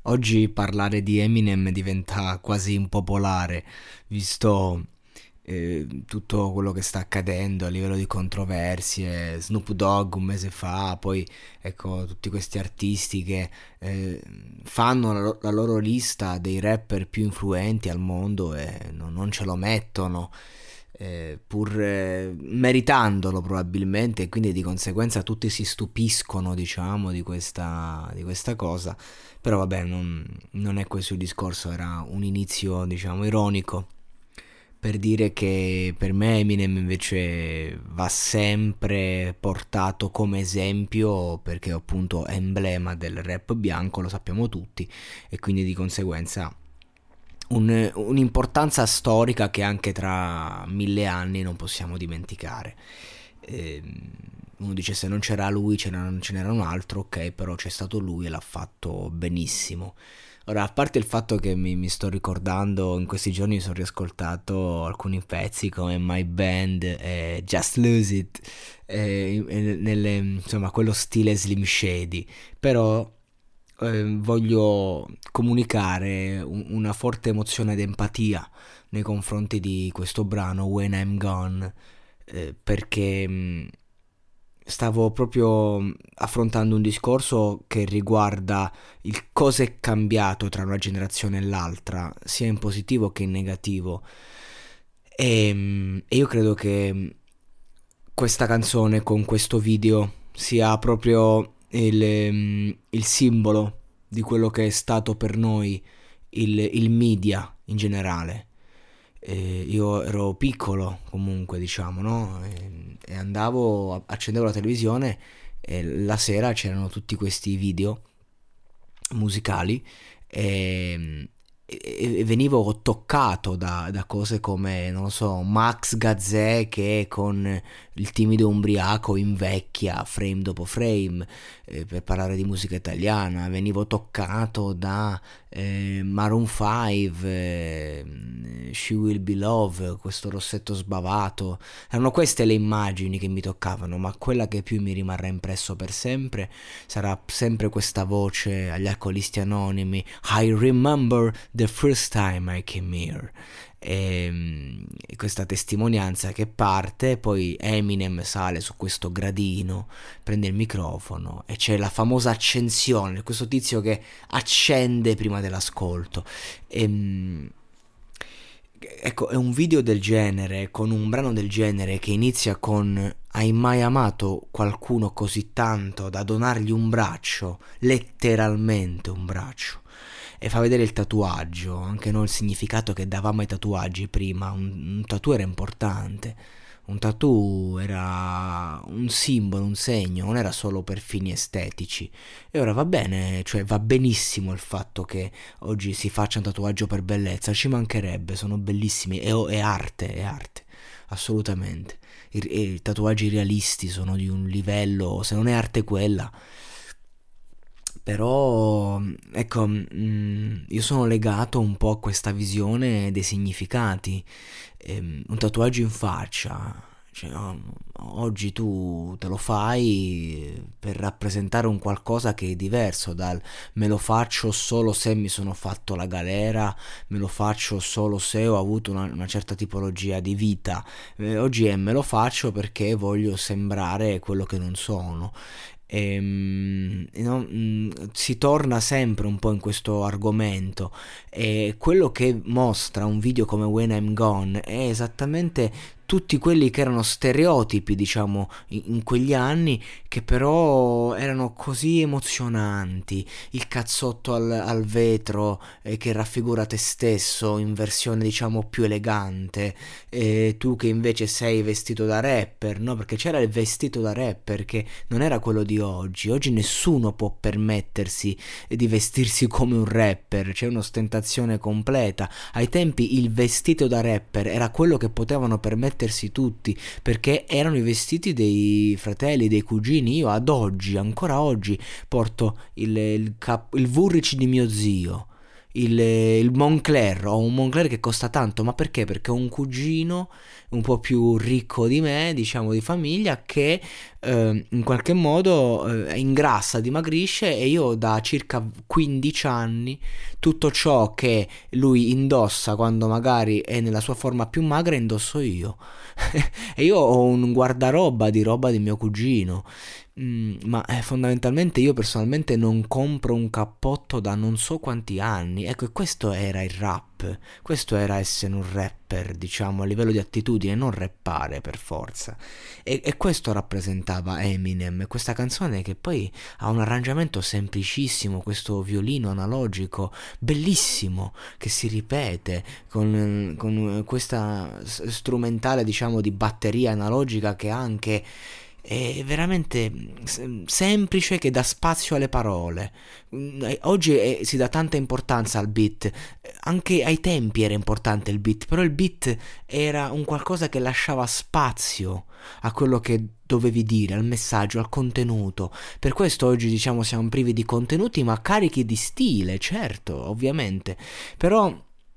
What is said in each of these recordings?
Oggi parlare di Eminem diventa quasi impopolare, visto tutto quello che sta accadendo a livello di controversie. Snoop Dogg un mese fa, poi ecco tutti questi artisti che eh, fanno la loro lista dei rapper più influenti al mondo e non ce lo mettono. Pur meritandolo probabilmente, e quindi di conseguenza tutti si stupiscono, diciamo, di questa cosa. Però vabbè, non è questo il discorso, era un inizio, diciamo, ironico per dire che per me Eminem invece va sempre portato come esempio perché appunto è emblema del rap bianco, lo sappiamo tutti, e quindi di conseguenza un'importanza storica che anche tra 1000 anni non possiamo dimenticare. Ehm, Uno dice se non c'era lui ce n'era un altro, ok, però c'è stato lui e l'ha fatto benissimo. Ora, a parte il fatto che mi sto ricordando, in questi giorni mi sono riascoltato alcuni pezzi come My Band e Just Lose It, insomma, quello stile Slim Shady, però voglio comunicare una forte emozione d'empatia nei confronti di questo brano When I'm Gone, perché stavo proprio affrontando un discorso che riguarda il cosa è cambiato tra una generazione e l'altra, sia in positivo che in negativo. E io credo che questa canzone con questo video sia proprio il simbolo di quello che è stato per noi il media in generale. Io ero piccolo comunque, diciamo, no? E andavo, accendevo la televisione e la sera c'erano tutti questi video musicali e, e venivo toccato da cose come, non lo so, Max Gazzè che con il timido umbriaco invecchia frame dopo frame, per parlare di musica italiana. Venivo toccato da Maroon 5, She Will Be Love, questo rossetto sbavato. Erano queste le immagini che mi toccavano, ma quella che più mi rimarrà impresso per sempre sarà sempre questa voce agli alcolisti anonimi: I remember the first time I came here. E questa testimonianza che parte, poi Eminem sale su questo gradino, prende il microfono e c'è la famosa accensione, questo tizio che accende prima dell'ascolto. E, ecco, è un video del genere, con un brano del genere che inizia con hai mai amato qualcuno così tanto da donargli un braccio, letteralmente un braccio, e fa vedere il tatuaggio, anche noi il significato che davamo ai tatuaggi prima. Un tattoo era importante, un tattoo era un simbolo, un segno, non era solo per fini estetici. E ora va bene, cioè va benissimo il fatto che oggi si faccia un tatuaggio per bellezza, ci mancherebbe, sono bellissimi, è arte, è arte, assolutamente. I tatuaggi realisti sono di un livello, se non è arte quella. Però, ecco, io sono legato un po' a questa visione dei significati. Un tatuaggio in faccia, cioè, oggi tu te lo fai per rappresentare un qualcosa che è diverso dal me lo faccio solo se mi sono fatto la galera, me lo faccio solo se ho avuto una certa tipologia di vita. Oggi è me lo faccio perché voglio sembrare quello che non sono. No, si torna sempre un po' in questo argomento, e quello che mostra un video come When I'm Gone è esattamente tutti quelli che erano stereotipi, diciamo, in quegli anni, che però erano così emozionanti. Il cazzotto al vetro, che raffigura te stesso in versione, diciamo, più elegante, e tu che invece sei vestito da rapper, no? Perché c'era il vestito da rapper che non era quello di oggi. Oggi nessuno può permettersi di vestirsi come un rapper, c'è un'ostentazione completa. Ai tempi il vestito da rapper era quello che potevano permettersi tutti, perché erano i vestiti dei fratelli, dei cugini. Io ad oggi, ancora oggi, porto il Vuric di mio zio. Il Moncler, ho un Moncler che costa tanto, ma perché? Perché ho un cugino un po' più ricco di me, diciamo di famiglia, che in qualche modo ingrassa, dimagrisce, e io da circa 15 anni tutto ciò che lui indossa quando magari è nella sua forma più magra indosso io. E io ho un guardaroba di roba di mio cugino. Ma fondamentalmente io personalmente non compro un cappotto da non so quanti anni. Ecco, e questo era il rap. Questo era essere un rapper, diciamo, a livello di attitudine, non rappare per forza. E questo rappresentava Eminem, questa canzone che poi ha un arrangiamento semplicissimo, questo violino analogico bellissimo che si ripete con questa strumentale, diciamo, di batteria analogica che anche è veramente semplice, che dà spazio alle parole. Oggi si dà tanta importanza al beat, anche ai tempi era importante il beat, però il beat era un qualcosa che lasciava spazio a quello che dovevi dire, al messaggio, al contenuto. Per questo oggi diciamo siamo privi di contenuti ma carichi di stile, certo, ovviamente. Però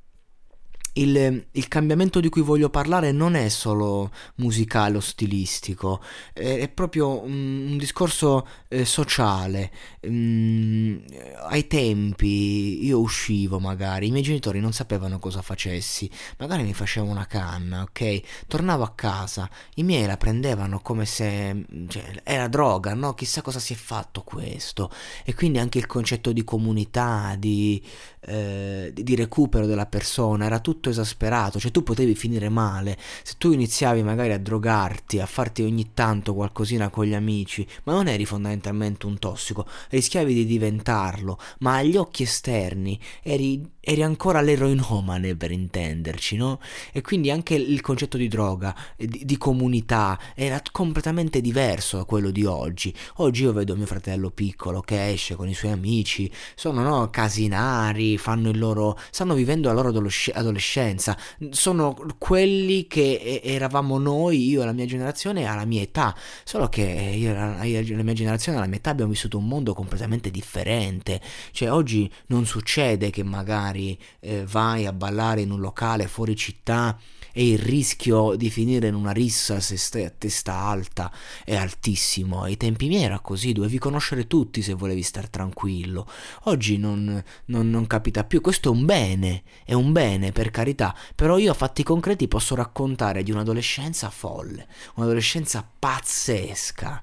il cambiamento di cui voglio parlare non è solo musicale o stilistico, è proprio un discorso sociale. Mm, Ai tempi io uscivo magari, i miei genitori non sapevano cosa facessi, magari mi facevo una canna, ok? Tornavo a casa, i miei la prendevano come se cioè, era droga, no? Chissà cosa si è fatto questo. E quindi anche il concetto di comunità, di recupero della persona era tutto esasperato, cioè tu potevi finire male se tu iniziavi magari a drogarti, a farti ogni tanto qualcosina con gli amici, ma non eri fondamentalmente un tossico, rischiavi di diventarlo, ma agli occhi esterni eri ancora l'eroinomane, per intenderci, no? E quindi anche il concetto di droga, di comunità era completamente diverso da quello di oggi. Oggi io vedo mio fratello piccolo che esce con i suoi amici, sono, no, casinari, fanno il loro, stanno vivendo la loro adolescenza, sono quelli che eravamo noi, io e la mia generazione alla mia età, solo che io e la mia generazione alla mia età abbiamo vissuto un mondo completamente differente. Cioè oggi non succede che magari vai a ballare in un locale fuori città e il rischio di finire in una rissa se stai a testa alta è altissimo. Ai tempi miei era così, dovevi conoscere tutti se volevi star tranquillo. Oggi non capita più. Questo è un bene, per carità, però io a fatti concreti posso raccontare di un'adolescenza folle, un'adolescenza pazzesca.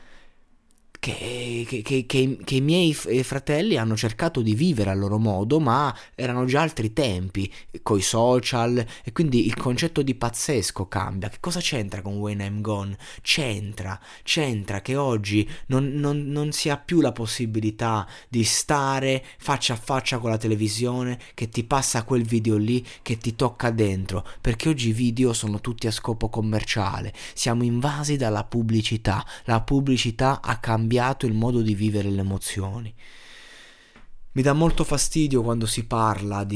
Che i miei fratelli hanno cercato di vivere a loro modo, ma erano già altri tempi, coi social, e quindi il concetto di pazzesco cambia. Che cosa c'entra con When I'm Gone? C'entra che oggi non si ha più la possibilità di stare faccia a faccia con la televisione, che ti passa quel video lì, che ti tocca dentro, perché oggi i video sono tutti a scopo commerciale, siamo invasi dalla pubblicità, la pubblicità ha cambiato il modo di vivere le emozioni. Mi dà molto fastidio quando si parla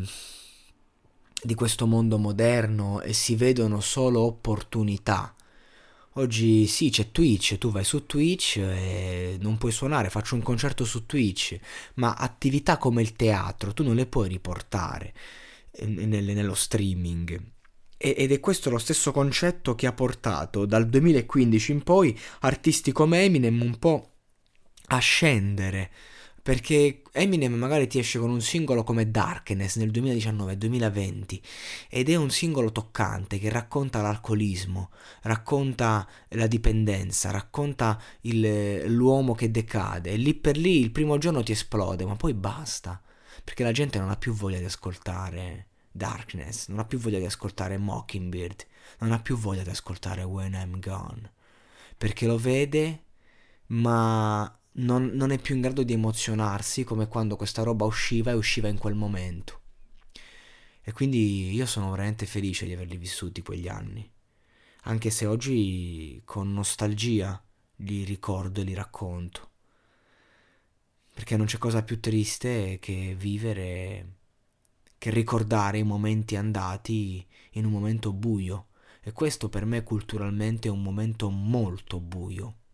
di questo mondo moderno e si vedono solo opportunità. Oggi sì, c'è Twitch, tu vai su Twitch e non puoi suonare, faccio un concerto su Twitch, ma attività come il teatro tu non le puoi riportare nello streaming. Ed è questo lo stesso concetto che ha portato dal 2015 in poi artisti come Eminem un po' a scendere, perché Eminem magari ti esce con un singolo come Darkness nel 2019-2020 ed è un singolo toccante che racconta l'alcolismo, racconta la dipendenza, racconta l'uomo che decade, e lì per lì il primo giorno ti esplode, ma poi basta, perché la gente non ha più voglia di ascoltare Darkness, non ha più voglia di ascoltare Mockingbird, non ha più voglia di ascoltare When I'm Gone, perché lo vede, ma non è più in grado di emozionarsi come quando questa roba usciva e usciva in quel momento. E quindi io sono veramente felice di averli vissuti quegli anni, anche se oggi con nostalgia li ricordo e li racconto, perché non c'è cosa più triste che vivere, che ricordare i momenti andati in un momento buio. E questo per me culturalmente è un momento molto buio.